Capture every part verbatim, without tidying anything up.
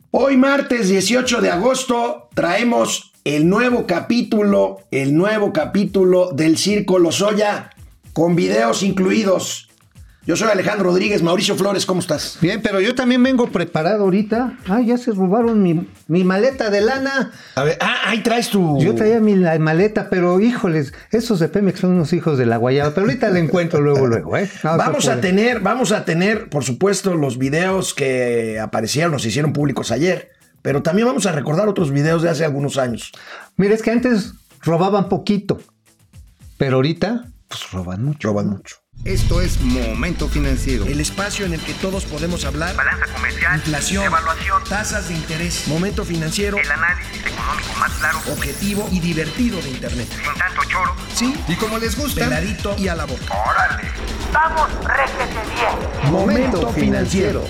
Hoy martes dieciocho de agosto traemos el nuevo capítulo, el nuevo capítulo del Circo Lozoya con videos incluidos. Yo soy Alejandro Rodríguez. Mauricio Flores, ¿cómo estás? Bien, pero yo también vengo preparado ahorita. Ah, ya se robaron mi, mi maleta de lana. A ver, ah, ahí traes tu... Yo traía mi la maleta, pero híjoles, esos de Pemex son unos hijos de la guayaba. Pero ahorita la encuentro luego, luego, ¿eh? No, vamos a tener, vamos a tener, por supuesto, los videos que aparecieron, nos hicieron públicos ayer. Pero también vamos a recordar otros videos de hace algunos años. Mira, es que antes robaban poquito. Pero ahorita, pues roban mucho. Roban mucho. Esto es Momento Financiero. El espacio en el que todos podemos hablar. Balanza comercial, inflación, evaluación, tasas de interés, Momento Financiero, el análisis económico más claro, objetivo y divertido de Internet. sin tanto choro. Sí, Y como les gusta, peladito y a la boca. ¡Órale! ¡Vamos, réjete bien! Momento Financiero.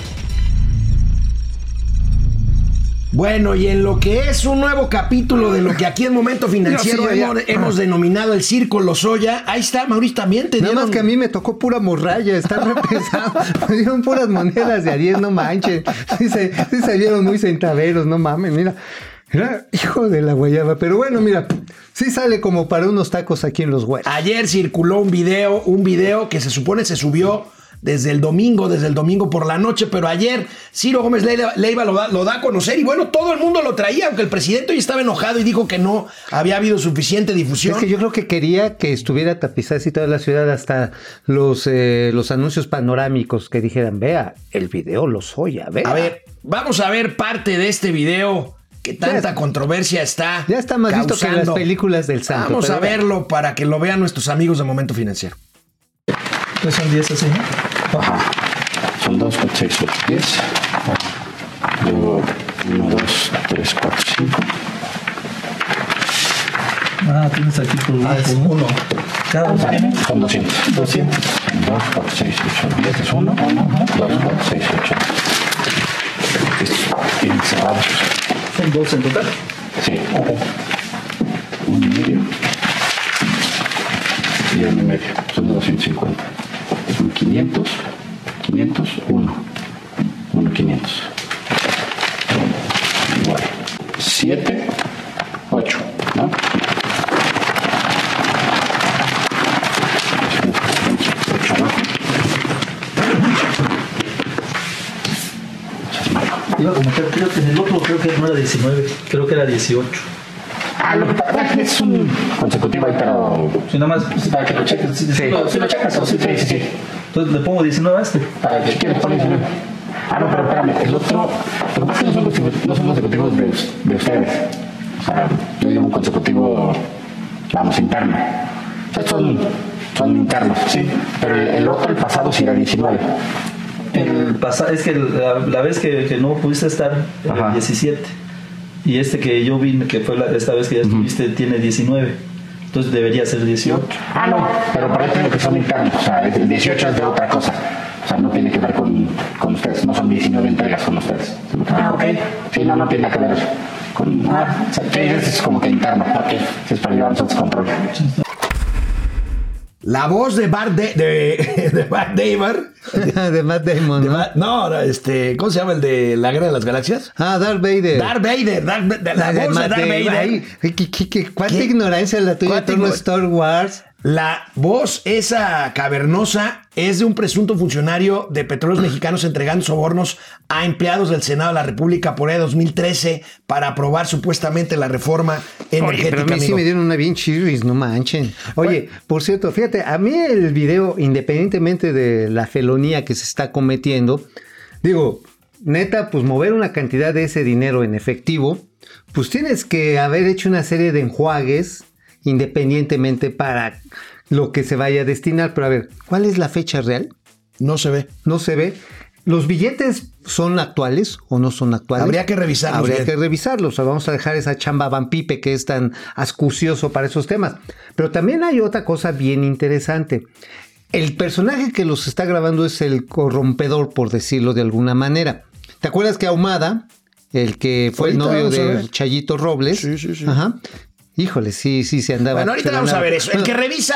Bueno, y en lo que es un nuevo capítulo de lo que aquí en Momento Financiero No, sí, ya, hemos, ya. hemos denominado el Circo Lozoya. Ahí está, Mauricio, también te Nada dieron... más que a mí me tocó pura morralla, está re pesado. Me dieron puras monedas de a diez, no manches. Sí se, sí se vieron muy centaveros, no mames, mira. Era hijo de la guayaba, pero bueno, mira, sí sale como para unos tacos aquí en Los Güeros. Ayer circuló un video, un video que se supone se subió desde el domingo, desde el domingo por la noche, pero ayer Ciro Gómez Leiva, Leiva lo, da, lo da a conocer y bueno, todo el mundo lo traía, aunque el presidente hoy estaba enojado y dijo que no había habido suficiente difusión. Es que yo creo que quería que estuviera tapizada así toda la ciudad, hasta los, eh, los anuncios panorámicos que dijeran, vea, el video Lozoya, vea. A ver, vamos a ver parte de este video que tanta Ya- controversia está Ya está más visto que causando. las películas del santo. Vamos pero a vea. verlo para que lo vean nuestros amigos de Momento Financiero. Pues son diez así, ¿no? Ajá. Son dos, cuatro, seis, ocho, diez. Luego uno, dos, tres, cuatro, cinco. Ah, tienes aquí por grupo, ¿no? uno. Cada uno tiene. Son doscientos. doscientos. dos, cuatro, seis, ocho, diez es uno. dos, cuatro, seis, ocho. Estos bien cerrados. Son dos en total. Sí. Uno y medio. Y uno y medio. Son de doscientos cincuenta. Son quinientos. quinientos. uno. uno, quinientos. Igual. siete. ocho. ¿No? ocho abajo. Iba a comentar, creo que en el otro creo que no era diecinueve, creo que era dieciocho. Ah, lo que pasa es es un consecutivo ahí, pero Si nada más, pues, para que lo cheques. Sí. Si lo, si lo checas, sí, sí, sí, sí. entonces le pongo diecinueve a este. Para que quieres poner diecinueve. Ah, no, pero espérame, el otro, lo que pasa es que no son los, no son los consecutivos de, de ustedes. O sea, yo digo un consecutivo, vamos, interno. O sea, son, son internos, sí. Pero el, el otro, el pasado, sí era diecinueve. El pasado, es que la, la vez que, que no pudiste estar, era Ajá. diecisiete. Y este que yo vi, que fue la, esta vez que ya estuviste, tiene diecinueve. Entonces debería ser dieciocho. Ah, no, pero por ahí tengo que son internos. O sea, el dieciocho es de otra cosa. O sea, no tiene que ver con, con ustedes. No son diecinueve entregas con ustedes. Ah, ok. Sí, no, no tiene que ver con... Ah, o sea, sí, es como que interno. Ok. Sí, es para llevar nosotros control. La voz de Bart de, de, de Bart Damon. De Matt Damon, De ¿no? Bart- no, no, este, ¿cómo se llama el de la Guerra de las Galaxias? Ah, Darth Vader. Darth Vader, Darth Vader, la, de voz de Matt Darth Damon. Vader. Ay, ¿qué- qué- qué- ¿Cuánta ¿Qué? ignorancia la tuya en ¿Cuánta torno a igno- Star Wars? La voz, esa cavernosa, es de un presunto funcionario de Petróleos Mexicanos entregando sobornos a empleados del Senado de la República por ahí dos mil trece para aprobar supuestamente la reforma Oye, energética. pero a mí sí amigo. me dieron una bien chirris, no manchen. Oye, por cierto, fíjate, a mí el video, independientemente de la felonía que se está cometiendo, digo, neta, pues mover una cantidad de ese dinero en efectivo, pues tienes que haber hecho una serie de enjuagues independientemente para lo que se vaya a destinar. Pero a ver, ¿cuál es la fecha real? No se ve. No se ve. ¿Los billetes son actuales o no son actuales? Habría que revisarlos Habría bien. que revisarlos. O sea, vamos a dejar esa chamba Van Pipe que es tan ascucioso para esos temas. Pero también hay otra cosa bien interesante. El personaje que los está grabando es el corrompedor, por decirlo de alguna manera. ¿Te acuerdas que Ahumada, el que fue Ahorita el novio vamos a de ver. Chayito Robles? Sí, sí, sí. Ajá. Híjole, sí, sí, se andaba. Bueno, ahorita se vamos a andaba. ver eso. El Bueno, que revisa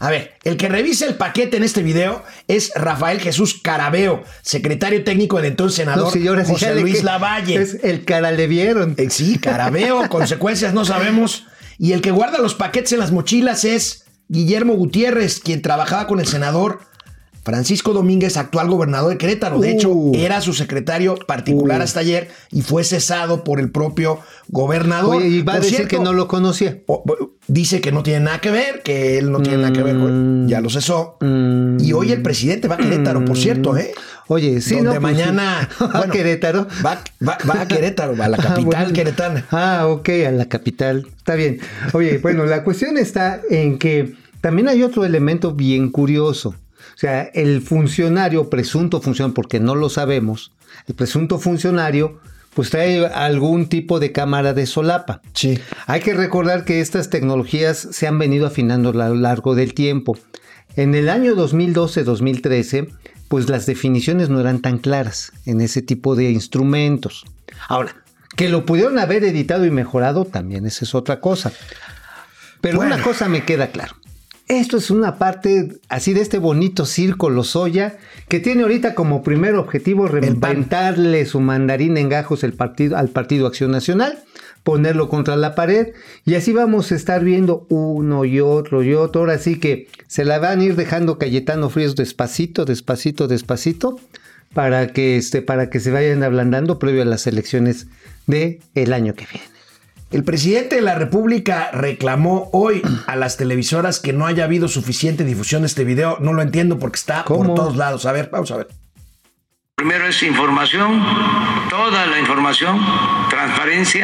A ver, el que revisa el paquete en este video es Rafael Jesús Carabeo, secretario técnico del entonces senador No, señora, sí, José ya le Luis que- Lavalle. Es el cara le vieron. Eh, sí, Carabeo, consecuencias no sabemos. Y el que guarda los paquetes en las mochilas es Guillermo Gutiérrez, quien trabajaba con el senador Francisco Domínguez, actual gobernador de Querétaro. De hecho, Uh. era su secretario particular Uh. hasta ayer y fue cesado por el propio gobernador. Oye, y va a Por decir cierto, que no lo conocía. o- o- dice que no tiene nada que ver, que él no tiene nada que ver con... Ya lo cesó. Mm. Y hoy el presidente va a Querétaro, por cierto, ¿eh? Oye, sí, Donde no, pues, mañana... sí. ¿Va a Querétaro? Va, va- va a Querétaro, va a la Ah, capital bueno. queretana. Ah, ok, a la capital. Está bien. Oye, bueno, la cuestión está en que también hay otro elemento bien curioso. O sea, el funcionario, presunto funcionario, porque no lo sabemos, el presunto funcionario, pues trae algún tipo de cámara de solapa. Sí. Hay que recordar que estas tecnologías se han venido afinando a lo largo del tiempo. En el año dos mil doce dos mil trece, pues las definiciones no eran tan claras en ese tipo de instrumentos. Ahora, que lo pudieron haber editado y mejorado, también esa es otra cosa. Pero Bueno. una cosa me queda claro. Esto es una parte así de este bonito circo Lozoya que tiene ahorita como primer objetivo reventarle su mandarín en gajos el partido, al Partido Acción Nacional, ponerlo contra la pared y así vamos a estar viendo uno y otro y otro. Ahora sí que se la van a ir dejando Cayetano Frías despacito, despacito, despacito para que, este, para que se vayan ablandando previo a las elecciones del año que viene. El presidente de la República reclamó hoy a las televisoras que no haya habido suficiente difusión de este video. No lo entiendo porque está ¿Cómo? por todos lados. A ver, vamos a ver. Primero es información, toda la información, transparencia,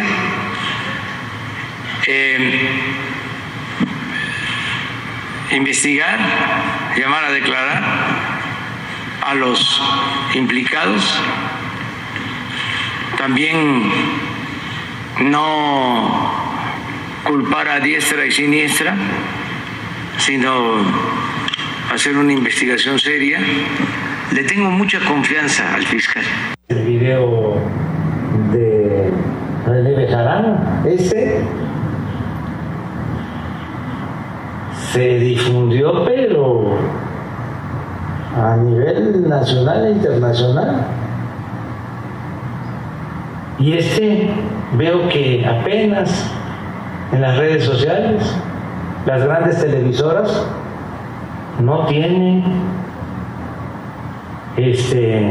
eh, investigar, llamar a declarar a los implicados, también no culpar a diestra y siniestra, sino hacer una investigación seria. Le tengo mucha confianza al fiscal. El video de René Bejarano, este se difundió, pero a nivel nacional e internacional. Y este veo que apenas en las redes sociales, las grandes televisoras no tienen este,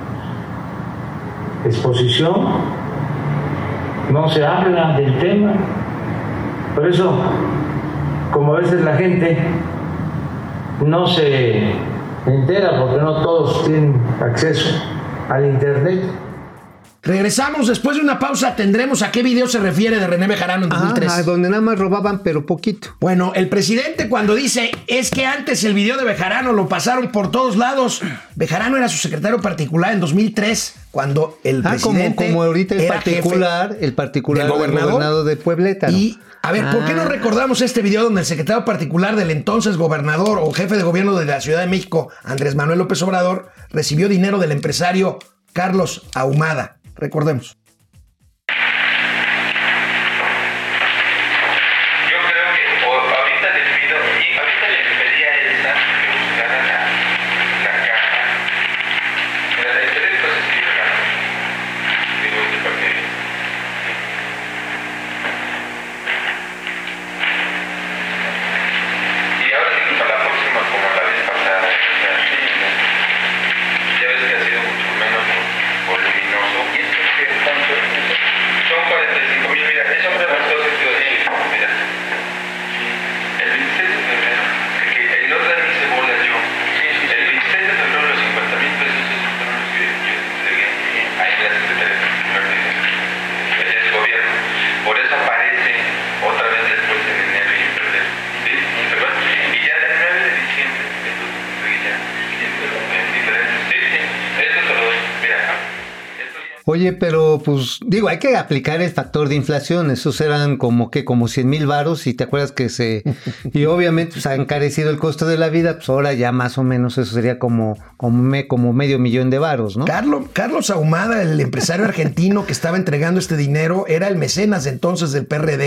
exposición, no se habla del tema. Por eso, como a veces la gente no se entera, porque no todos tienen acceso al internet. Regresamos después de una pausa. Tendremos a qué video se refiere de René Bejarano en dos mil tres. Ah, donde nada más robaban, pero poquito. Bueno, el presidente cuando dice es que antes el video de Bejarano lo pasaron por todos lados. Bejarano era su secretario particular en dos mil tres, cuando el Ah, como, presidente como ahorita el era particular, jefe el particular del del gobernador. gobernador de Puebleta. ¿no? Y, a ver, ¿por qué no Ah. recordamos este video donde el secretario particular del entonces gobernador o jefe de gobierno de la Ciudad de México, Andrés Manuel López Obrador, recibió dinero del empresario Carlos Ahumada? Recordemos. Yo creo que o- ahorita les pido, y ahorita les pedí a Elsa que buscara la, la caja. Mira, el periódico se escribe la digo, este papel. Y ahora digo, para la próxima, como la vez pasada, o sea, sí, ¿no? Ya ves que ha sido mucho menos voluminoso. ¿Y esto qué es tanto? Son cuarenta y cinco mil, mira, eso me bastó sentido de ellos, mira. El veintiséis de febrero, que el otro día me hice bola yo. El veintiséis de febrero los cincuenta mil pesos esos fueron los que yo entregué ahí en la Secretaría de del gobierno. Por eso aparece otra vez después en enero y en febrero. ¿Sí? ¿Perdón? Y ya el nueve de diciembre, entonces entregué ya en diferentes. Sí, sí, eso se lo doy. Mira, esto ya. Oye, pero pues digo, hay que aplicar el factor de inflación. Esos eran como que como cien mil varos y te acuerdas que se... Y obviamente pues, ha encarecido el costo de la vida, pues ahora ya más o menos eso sería como, como, me, como medio millón de varos, ¿no? Carlos, Carlos Ahumada, el empresario argentino que estaba entregando este dinero, era el mecenas entonces del P R D,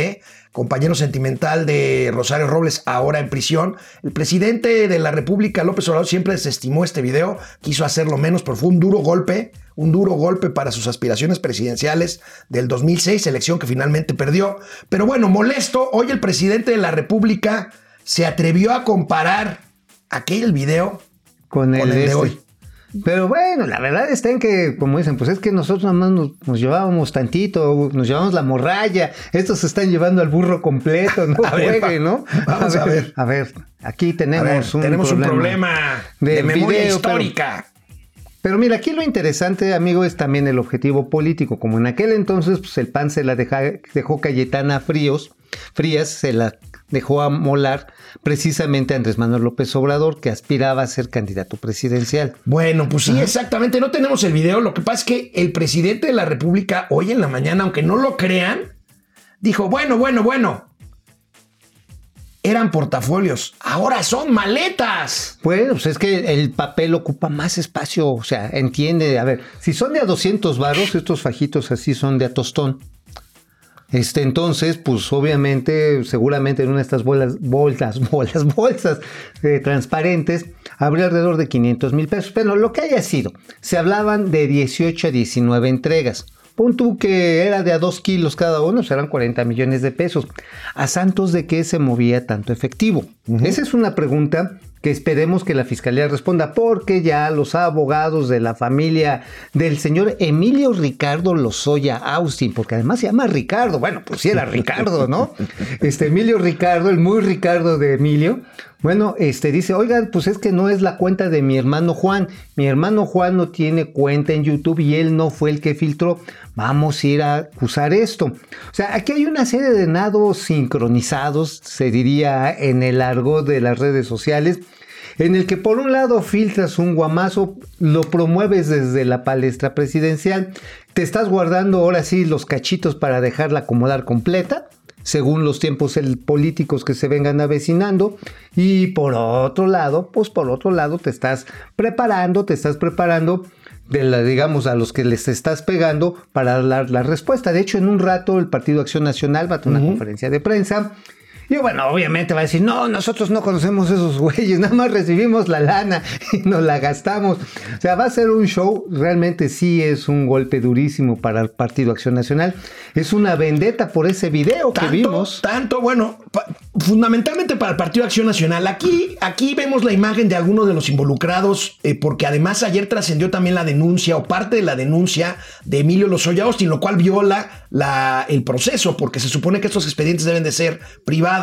compañero sentimental de Rosario Robles, ahora en prisión. El presidente de la República, López Obrador, siempre desestimó este video, quiso hacerlo menos, pero fue un duro golpe, un duro golpe para sus aspiraciones presidenciales del dos mil seis, elección que finalmente perdió. Pero bueno, molesto, hoy el presidente de la República se atrevió a comparar aquel video con el, con el de este. hoy. Pero bueno, la verdad está en que, como dicen, pues es que nosotros nada más nos, nos llevábamos tantito, nos llevamos la morralla, estos se están llevando al burro completo, ¿no? A ver, Juegue, ¿no? Vamos a ver. A ver, aquí tenemos, A ver, un, tenemos problema un problema de, del memoria video, histórica. Pero, pero mira, aquí lo interesante, amigo, es también el objetivo político. Como en aquel entonces, pues el P A N se la deja, dejó Cayetana Fríos, Frías, se la dejó a molar precisamente Andrés Manuel López Obrador, que aspiraba a ser candidato presidencial. Bueno, pues sí, Ajá. exactamente. No tenemos el video. Lo que pasa es que el presidente de la República, hoy en la mañana, aunque no lo crean, dijo, bueno, bueno, bueno, eran portafolios, ahora son maletas. Bueno, pues es que el papel ocupa más espacio, o sea, entiende, a ver, si son de a doscientos varos, estos fajitos así son de a tostón. Este, entonces, pues obviamente, seguramente en una de estas bolas, bolsas, bolas, bolsas eh, transparentes, habría alrededor de quinientos mil pesos. Pero lo que haya sido, se hablaban de dieciocho a diecinueve entregas. Pon tú que era de a dos kilos cada uno, serán cuarenta millones de pesos. ¿A santos de qué se movía tanto efectivo? Uh-huh. Esa es una pregunta que esperemos que la Fiscalía responda, porque ya los abogados de la familia del señor Emilio Ricardo Lozoya Austin, porque además se llama Ricardo, bueno, pues sí era Ricardo, ¿no? Este Emilio Ricardo, el muy Ricardo de Emilio, bueno, este dice, oigan, pues es que no es la cuenta de mi hermano Juan, mi hermano Juan no tiene cuenta en YouTube y él no fue el que filtró, vamos a ir a acusar esto. O sea, aquí hay una serie de nados sincronizados, se diría en el argot de las redes sociales, en el que por un lado filtras un guamazo, lo promueves desde la palestra presidencial, te estás guardando ahora sí los cachitos para dejarla acomodar completa, según los tiempos políticos que se vengan avecinando, y por otro lado, pues por otro lado te estás preparando, te estás preparando de la, digamos, a los que les estás pegando para dar la respuesta. De hecho, en un rato el Partido Acción Nacional va a tener una uh-huh. conferencia de prensa. Y bueno, obviamente va a decir, no, nosotros no conocemos esos güeyes, nada más recibimos la lana y nos la gastamos. O sea, va a ser un show, realmente sí es un golpe durísimo para el Partido Acción Nacional. Es una vendetta por ese video tanto, que vimos. Tanto, bueno, pa- fundamentalmente para el Partido Acción Nacional. Aquí, aquí vemos la imagen de algunos de los involucrados, eh, porque además ayer trascendió también la denuncia o parte de la denuncia de Emilio Lozoya Austin, lo cual viola la, el proceso, porque se supone que estos expedientes deben de ser privados.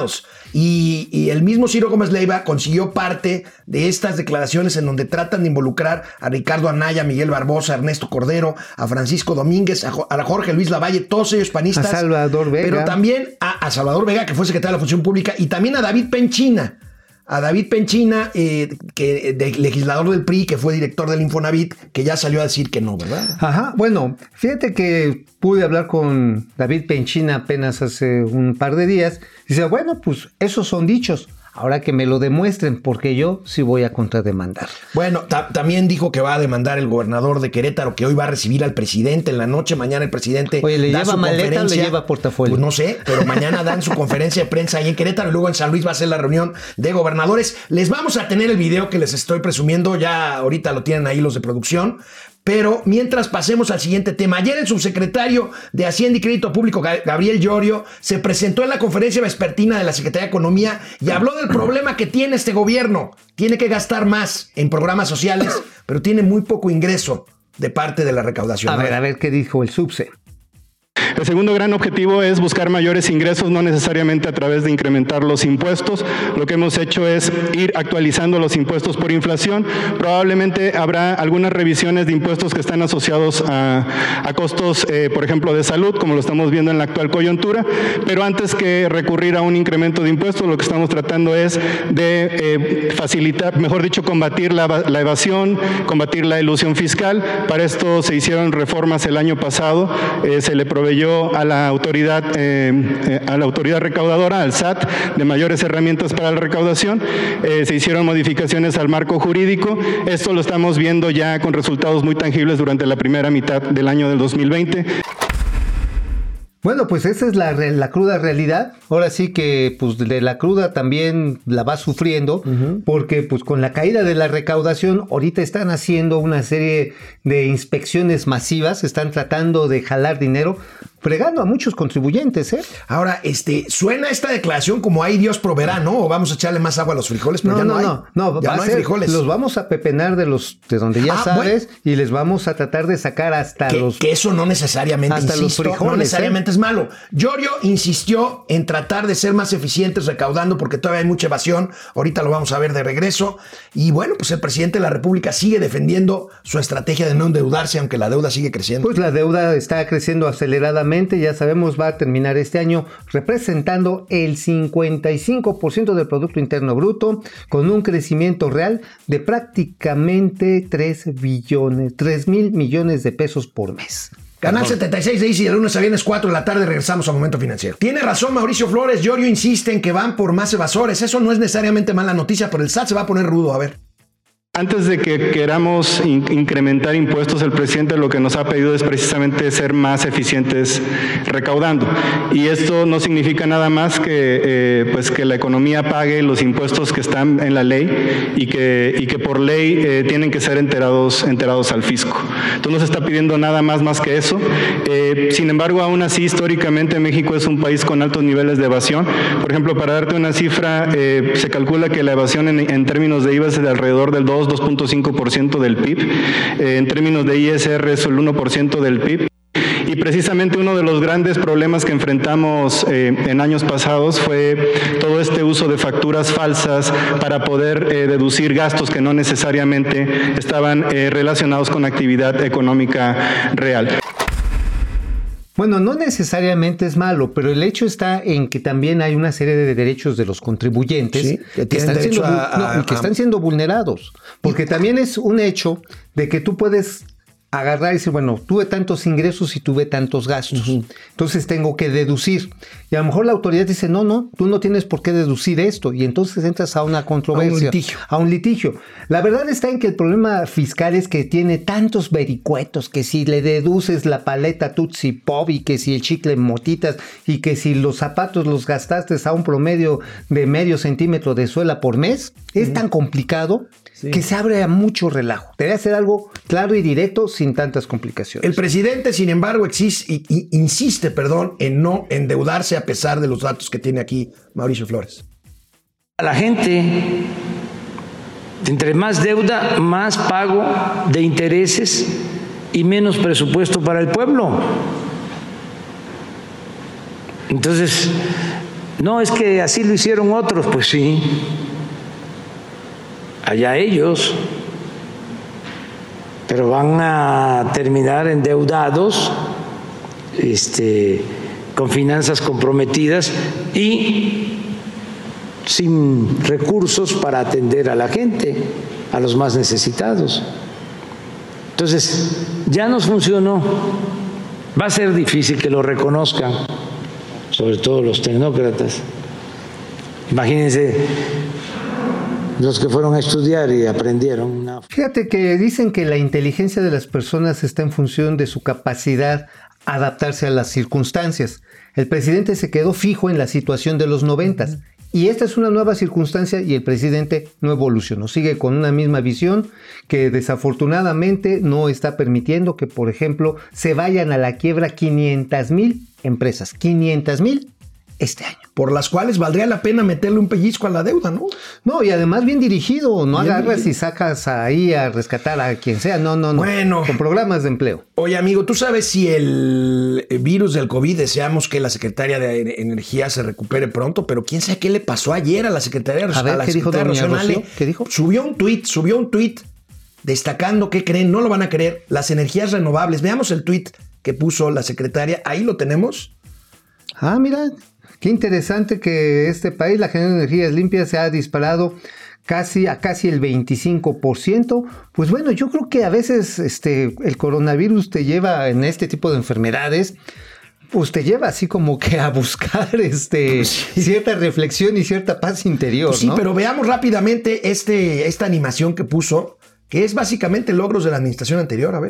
Y, y el mismo Ciro Gómez Leiva consiguió parte de estas declaraciones en donde tratan de involucrar a Ricardo Anaya, a Miguel Barbosa, a Ernesto Cordero, a Francisco Domínguez, a, a Jorge Luis Lavalle, todos ellos panistas. A Salvador Vega. Pero también a, a Salvador Vega, que fue secretario de la Función Pública, y también a David Penchina. A David Penchina, eh, que de, legislador del P R I, que fue director del Infonavit, que ya salió a decir que no, ¿verdad? Ajá, bueno, fíjate que pude hablar con David Penchina apenas hace un par de días. Dice, bueno, pues esos son dichos. Ahora que me lo demuestren, porque yo sí voy a contrademandar. Bueno, ta- también dijo que va a demandar el gobernador de Querétaro, que hoy va a recibir al presidente en la noche. Mañana el presidente Oye, ¿le da lleva su maleta conferencia. o le lleva portafolio? Pues no sé, pero mañana dan su conferencia de prensa ahí en Querétaro y luego en San Luis va a ser la reunión de gobernadores. Les vamos a tener el video que les estoy presumiendo, ya ahorita lo tienen ahí los de producción. Pero mientras pasemos al siguiente tema, ayer el subsecretario de Hacienda y Crédito Público, Gabriel Llorio, se presentó en la conferencia vespertina de la Secretaría de Economía y habló del problema que tiene este gobierno. Tiene que gastar más en programas sociales, pero tiene muy poco ingreso de parte de la recaudación. A ver, a ver qué dijo el subse. El segundo gran objetivo es buscar mayores ingresos, no necesariamente a través de incrementar los impuestos. Lo que hemos hecho es ir actualizando los impuestos por inflación. Probablemente habrá algunas revisiones de impuestos que están asociados a, a costos, eh, por ejemplo, de salud, como lo estamos viendo en la actual coyuntura. Pero antes que recurrir a un incremento de impuestos, lo que estamos tratando es de eh, facilitar, mejor dicho, combatir la, la evasión, combatir la elusión fiscal. Para esto se hicieron reformas el año pasado, eh, se le proveyó a la autoridad eh, eh, a la autoridad recaudadora, al S A T, de mayores herramientas para la recaudación. Eh, se hicieron modificaciones al marco jurídico. Esto lo estamos viendo ya con resultados muy tangibles durante la primera mitad del año del dos mil veinte. Bueno, pues esa es la, la cruda realidad. Ahora sí que pues de la cruda también la va sufriendo, uh-huh. porque pues con la caída de la recaudación ahorita están haciendo una serie de inspecciones masivas, están tratando de jalar dinero, fregando a muchos contribuyentes, ¿eh? Ahora, este, suena esta declaración como ahí Dios proveerá, ¿no? O vamos a echarle más agua a los frijoles, pero no, ya no, no, hay. no, no, ya va no a hay ser, frijoles. Los vamos a pepenar de los de donde ya ah, sabes bueno. y les vamos a tratar de sacar hasta que, los que eso no necesariamente, hasta insisto, los frijoles, no necesariamente ¿eh? es malo. Giorgio insistió en tratar de ser más eficientes recaudando porque todavía hay mucha evasión. Ahorita lo vamos a ver de regreso. Y bueno, pues el presidente de la República sigue defendiendo su estrategia de no endeudarse, aunque la deuda sigue creciendo. Pues la deuda está creciendo aceleradamente, ya sabemos, va a terminar este año representando el cincuenta y cinco por ciento del Producto Interno Bruto, con un crecimiento real de prácticamente tres billones, tres mil millones de pesos por mes. Canal setenta y seis de Easy, de lunes a viernes, cuatro de la tarde, regresamos a Momento Financiero. Tiene razón Mauricio Flores, Giorgio insiste en que van por más evasores. Eso no es necesariamente mala noticia, pero el S A T se va a poner rudo, a ver. Antes de que queramos in- incrementar impuestos, el presidente lo que nos ha pedido es precisamente ser más eficientes recaudando. Y esto no significa nada más que, eh, pues que la economía pague los impuestos que están en la ley y que, y que por ley eh, tienen que ser enterados, enterados al fisco. Entonces no se está pidiendo nada más, más que eso. Eh, sin embargo, aún así, históricamente México es un país con altos niveles de evasión. Por ejemplo, para darte una cifra, eh, se calcula que la evasión en, en términos de I V A es de alrededor del dos punto cinco por ciento del P I B, eh, en términos de I S R es el uno por ciento del P I B. Y precisamente uno de los grandes problemas que enfrentamos eh, en años pasados fue todo este uso de facturas falsas para poder eh, deducir gastos que no necesariamente estaban eh, relacionados con actividad económica real. Bueno, no necesariamente es malo, pero el hecho está en que también hay una serie de derechos de los contribuyentes sí, que, que, están siendo, a, a, no, que están siendo vulnerados. Porque también es un hecho de que tú puedes agarrar y decir, bueno, tuve tantos ingresos y tuve tantos gastos. Uh-huh. Entonces tengo que deducir. Y a lo mejor la autoridad dice, no, no, tú no tienes por qué deducir esto. Y entonces entras a una controversia. A un litigio. A un litigio. La verdad está en que el problema fiscal es que tiene tantos vericuetos, que si le deduces la paleta Tutsi Pop y que si el chicle Motitas y que si los zapatos los gastaste a un promedio de medio centímetro de suela por mes, uh-huh. es tan complicado sí. que se abre a mucho relajo. Debe ser algo claro y directo sin tantas complicaciones. El presidente, sin embargo, existe, y, y, insiste perdón, en no endeudarse a pesar de los datos que tiene aquí Mauricio Flores. A la gente, entre más deuda, más pago de intereses y menos presupuesto para el pueblo. Entonces, no es que así lo hicieron otros, pues sí, allá ellos, pero van a terminar endeudados, este, con finanzas comprometidas y sin recursos para atender a la gente, a los más necesitados. Entonces, ya nos funcionó. Va a ser difícil que lo reconozcan, sobre todo los tecnócratas. Imagínense los que fueron a estudiar y aprendieron. Una... Fíjate que dicen que la inteligencia de las personas está en función de su capacidad a adaptarse a las circunstancias. El presidente se quedó fijo en la situación de los noventas. Y esta es una nueva circunstancia y el presidente no evolucionó. Sigue con una misma visión que desafortunadamente no está permitiendo que, por ejemplo, se vayan a la quiebra quinientas mil empresas. quinientas mil este año. Por las cuales valdría la pena meterle un pellizco a la deuda, ¿no? No, y además bien dirigido. No bien agarras dirigido. Y sacas ahí a rescatar a quien sea. No, no, no. Bueno. Con programas de empleo. Oye, amigo, ¿tú sabes si el virus del COVID, deseamos que la Secretaria de Energía se recupere pronto, pero quién sabe qué le pasó ayer a la Secretaria, a ver, a la ¿qué dijo Secretaria doña Rocío Rocío? ¿Qué dijo? Subió un tuit, subió un tuit destacando, ¿qué creen? No lo van a creer, las energías renovables. Veamos el tuit que puso la Secretaria. Ahí lo tenemos. Ah, mira, qué interesante que este país, la generación de energías limpias, se ha disparado casi a casi el veinticinco por ciento. Pues bueno, yo creo que a veces este, el coronavirus te lleva en este tipo de enfermedades, pues te lleva así como que a buscar este, sí. cierta reflexión y cierta paz interior, pues sí, ¿no? Pero veamos rápidamente este, esta animación que puso, que es básicamente logros de la administración anterior. A ver.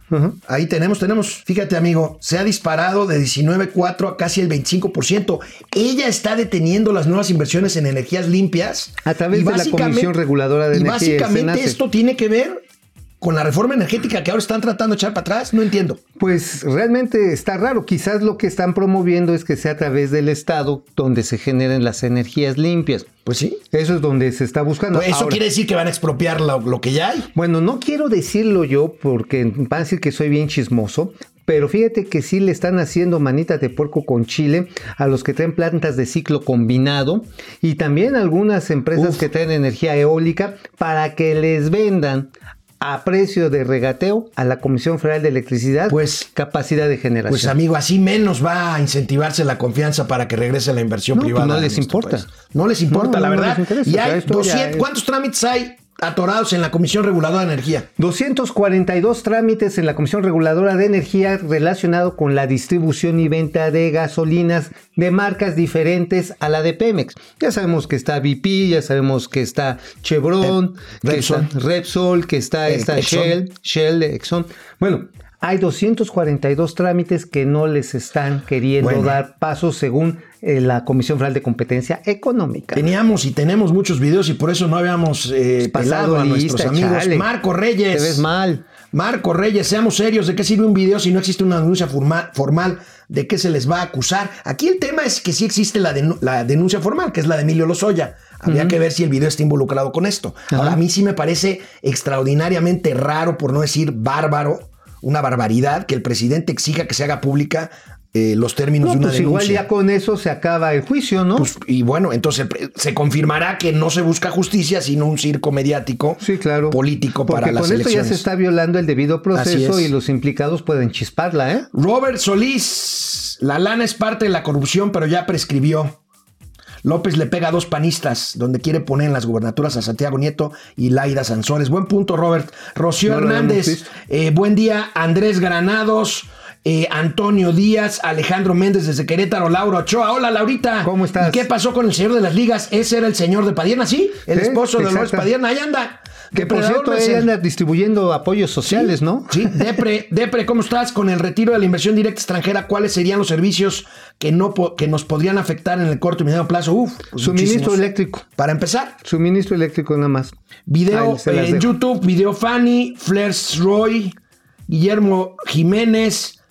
Uh-huh. Ahí tenemos, tenemos. Fíjate, amigo, se ha disparado de diecinueve punto cuatro a casi el veinticinco por ciento. Ella está deteniendo las nuevas inversiones en energías limpias. A través de la Comisión Reguladora de y Energía. Y básicamente esto tiene que ver con la reforma energética que ahora están tratando de echar para atrás. No entiendo. Pues realmente está raro. Quizás lo que están promoviendo es que sea a través del Estado donde se generen las energías limpias. Pues sí. Eso es donde se está buscando. Pues eso ahora, quiere decir que van a expropiar lo, lo que ya hay. Bueno, no quiero decirlo yo porque van a decir que soy bien chismoso. Pero fíjate que sí le están haciendo manitas de puerco con chile a los que traen plantas de ciclo combinado y también algunas empresas Uf. que traen energía eólica para que les vendan a precio de regateo a la Comisión Federal de Electricidad, pues capacidad de generación. Pues amigo, así menos va a incentivarse la confianza para que regrese la inversión no, privada. Pues no les importa. País. No les importa, no, la no, verdad. No y hay doscientos, ¿cuántos trámites hay atorados en la Comisión Reguladora de Energía? doscientos cuarenta y dos trámites en la Comisión Reguladora de Energía relacionado con la distribución y venta de gasolinas de marcas diferentes a la de Pemex. Ya sabemos que está B P, ya sabemos que está Chevron, eh, que Repsol. está Repsol, que está eh, esta Exxon. Shell, Shell, Exxon. Bueno, hay doscientos cuarenta y dos trámites que no les están queriendo bueno. dar paso según eh, la Comisión Federal de Competencia Económica. Teníamos y tenemos muchos videos y por eso no habíamos eh, pelado a lista, nuestros amigos. Chale. Marco Reyes. Te ves mal. Marco Reyes, seamos serios. ¿De qué sirve un video si no existe una denuncia formal? formal ¿De qué se les va a acusar? Aquí el tema es que sí existe la, denu- la denuncia formal, que es la de Emilio Lozoya. Habría uh-huh. que ver si el video está involucrado con esto. Uh-huh. Ahora, a mí sí me parece extraordinariamente raro, por no decir bárbaro, una barbaridad, que el presidente exija que se haga pública eh, los términos no, de una pues denuncia. Igual ya con eso se acaba el juicio, ¿no? Pues, y bueno, entonces se confirmará que no se busca justicia, sino un circo mediático, sí, claro. político Porque para las elecciones. Porque con esto ya se está violando el debido proceso y los implicados pueden chisparla, ¿eh? Robert Solís, la lana es parte de la corrupción, pero ya prescribió. López le pega a dos panistas, donde quiere poner en las gubernaturas a Santiago Nieto y Laida Sansores. Buen punto, Robert. Rocío no Hernández, eh, buen día. Andrés Granados, eh, Antonio Díaz, Alejandro Méndez desde Querétaro, Laura Ochoa. Hola, Laurita. ¿Cómo estás? ¿Y qué pasó con el señor de las ligas? Ese era el señor de Padierna, ¿sí? El sí, esposo de Dolores Padierna. Ahí anda. Que por cierto, ella anda distribuyendo apoyos sociales, sí, ¿no? Sí, Depre, Depre, ¿cómo estás? Con el retiro de la inversión directa extranjera, ¿cuáles serían los servicios que no que nos podrían afectar en el corto y mediano plazo? Uf, pues suministro eléctrico. Para empezar. Suministro eléctrico nada más. Video eh, en dejo. YouTube, Video Fanny, Flers Roy, Guillermo Jiménez,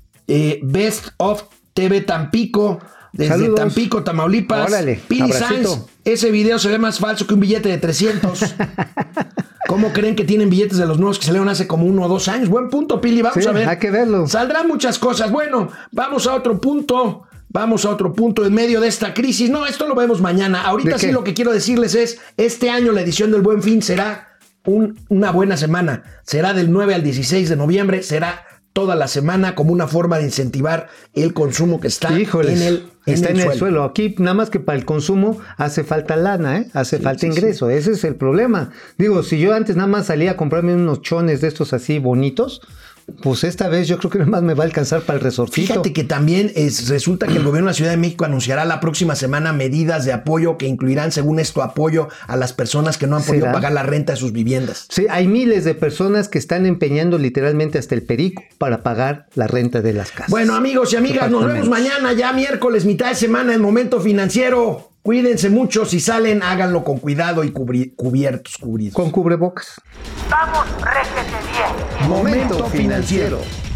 eh, Best of T V Tampico, desde Saludos. Tampico, Tamaulipas. Órale, Pili Sainz, ese video se ve más falso que un billete de trescientos. ¿Cómo creen que tienen billetes de los nuevos que salieron hace como uno o dos años? Buen punto, Pili, vamos sí, a ver. Hay que verlo. Saldrán muchas cosas. Bueno, vamos a otro punto. Vamos a otro punto en medio de esta crisis. No, esto lo vemos mañana. Ahorita sí lo que quiero decirles es, este año la edición del Buen Fin será un, una buena semana. Será del nueve al dieciséis de noviembre. Será toda la semana como una forma de incentivar el consumo que está Híjoles, en el en está el en el suelo. suelo. Aquí nada más que para el consumo hace falta lana, ¿eh? Hace sí, falta sí, ingreso. Sí. Ese es el problema. Digo, si yo antes nada más salía a comprarme unos chones de estos así bonitos, pues esta vez yo creo que nada más me va a alcanzar para el resortito. Fíjate que también es, resulta que el gobierno de la Ciudad de México anunciará la próxima semana medidas de apoyo que incluirán, según esto, apoyo a las personas que no han podido ¿Será? pagar la renta de sus viviendas. Sí, hay miles de personas que están empeñando literalmente hasta el perico para pagar la renta de las casas. Bueno, amigos y amigas, nos vemos mañana, ya miércoles, mitad de semana en Momento Financiero. Cuídense mucho, si salen, háganlo con cuidado y cubri- cubiertos, cubridos. Con cubrebocas. Vamos, réjete bien. Momento Financiero.